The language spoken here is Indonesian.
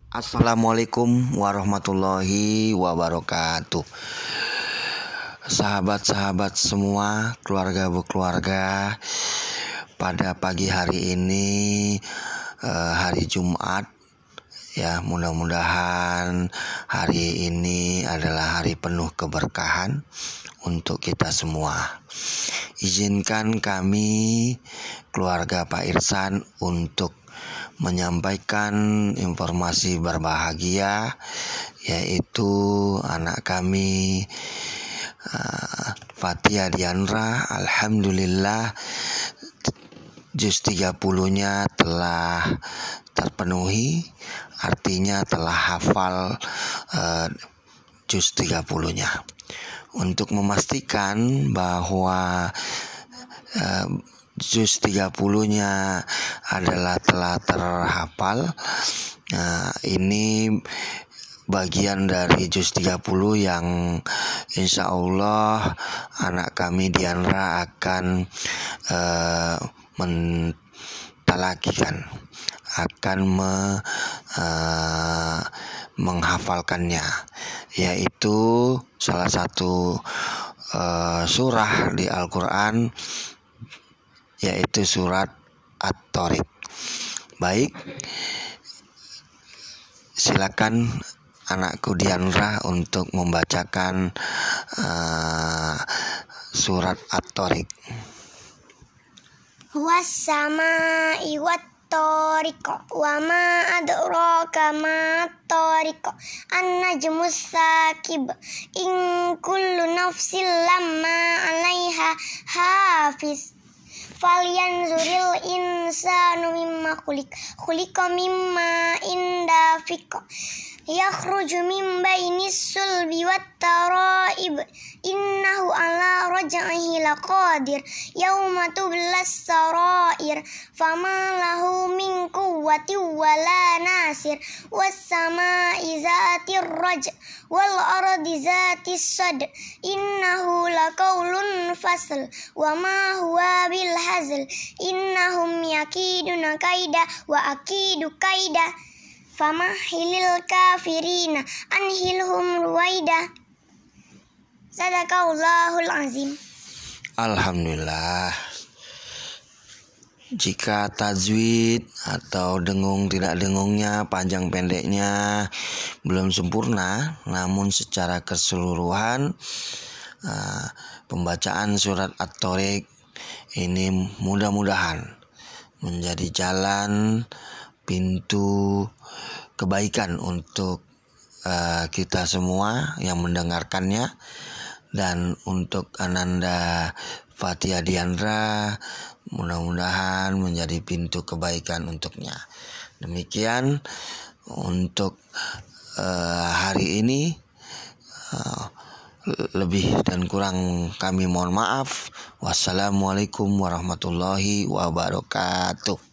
Assalamualaikum warahmatullahi wabarakatuh. Sahabat-sahabat semua, keluarga-keluarga, pada pagi hari ini hari Jumat ya, mudah-mudahan hari ini adalah hari penuh keberkahan untuk kita semua. Izinkan kami keluarga Pak Irsan untuk menyampaikan informasi berbahagia, yaitu anak kami Fatia Diandra, alhamdulillah juz 30-nya telah terpenuhi, artinya telah hafal juz 30-nya. Untuk memastikan bahwa juz 30-nya adalah telah terhafal, ini bagian dari juz 30 yang insya Allah anak kami Diandra akan mentalakikan, akan menghafalkannya, yaitu salah satu surah di Al-Quran, yaitu surat At-Thariq. Baik, silakan anakku Diandra untuk membacakan surat At-Thariq. Was-samaa'i wat-thariq wa ma adraka mat-thariq an-najmus sakib in kullu nafsin lamma 'alaiha hafiz falyanzuril insanu mimma khuliqa mimma dafiq yakhruju min bainis sulbi wat taraib innahu ala raj'ihi laqadir yauma tublas sarair fama lahu min quwwati wala nasir was samaa'i zatir raj wal ardi zatis sad innahu laqaulun fasl wa ma huwa bil hazl innahum yakiduna kaida wa akidu kaida famahilil kafirina anhilhum ruwaida. Sadaqallahul azim. Alhamdulillah. Jika tajwid atau dengung tidak dengungnya, panjang pendeknya belum sempurna, namun secara keseluruhan pembacaan surat At-Thariq ini mudah-mudahan menjadi jalan pintu kebaikan untuk kita semua yang mendengarkannya, dan untuk Ananda Fatia Diandra mudah-mudahan menjadi pintu kebaikan untuknya. Demikian untuk hari ini. Lebih dan kurang kami mohon maaf. Wassalamualaikum warahmatullahi wabarakatuh.